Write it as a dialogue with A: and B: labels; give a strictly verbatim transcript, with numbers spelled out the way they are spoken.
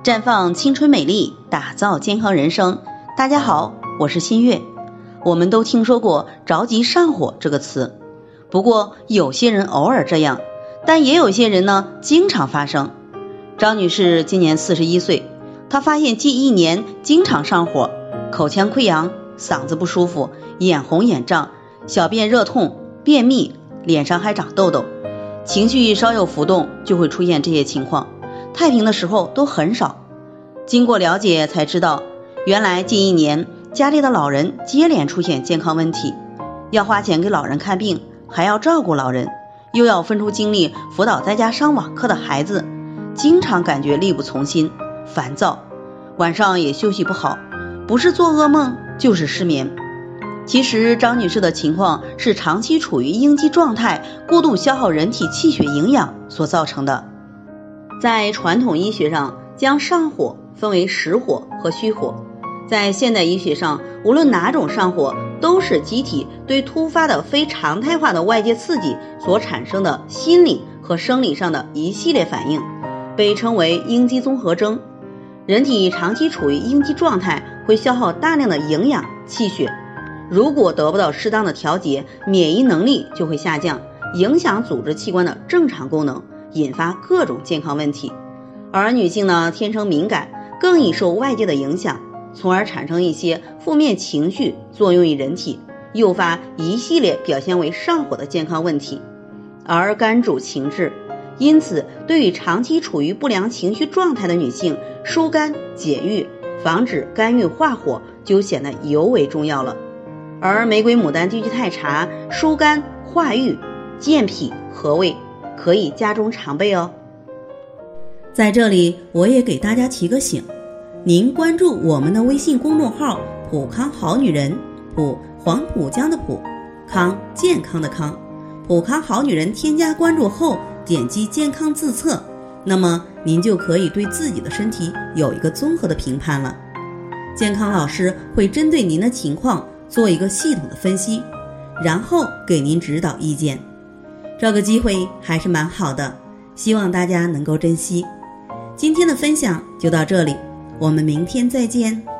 A: 绽放青春美丽，打造健康人生。大家好，我是新月。我们都听说过着急上火这个词，不过有些人偶尔这样，但也有些人呢经常发生。张女士今年四十一岁，她发现近一年经常上火，口腔溃疡，嗓子不舒服，眼红眼胀，小便热痛，便秘，脸上还长痘痘，情绪稍有浮动就会出现这些情况，太平的时候都很少。经过了解才知道，原来近一年家里的老人接连出现健康问题，要花钱给老人看病，还要照顾老人，又要分出精力辅导在家上网课的孩子，经常感觉力不从心，烦躁，晚上也休息不好，不是做噩梦就是失眠。其实张女士的情况是长期处于应激状态，过度消耗人体气血营养所造成的。在传统医学上，将上火分为实火和虚火。在现代医学上，无论哪种上火，都是机体对突发的非常态化的外界刺激所产生的心理和生理上的一系列反应，被称为应激综合征。人体长期处于应激状态，会消耗大量的营养气血，如果得不到适当的调节，免疫能力就会下降，影响组织器官的正常功能，引发各种健康问题。而女性呢，天生敏感，更易受外界的影响，从而产生一些负面情绪作用于人体，诱发一系列表现为上火的健康问题。而肝主情志，因此对于长期处于不良情绪状态的女性，疏肝解郁，防止肝郁化火就显得尤为重要了。而玫瑰牡丹低聚肽茶疏肝化郁，健脾和胃，可以家中常备哦。
B: 在这里我也给大家提个醒，您关注我们的微信公众号普康好女人，普黄浦江的普，康健康的康，普康好女人添加关注后点击健康自测，那么您就可以对自己的身体有一个综合的评判了。健康老师会针对您的情况做一个系统的分析，然后给您指导意见。这个机会还是蛮好的，希望大家能够珍惜。今天的分享就到这里，我们明天再见。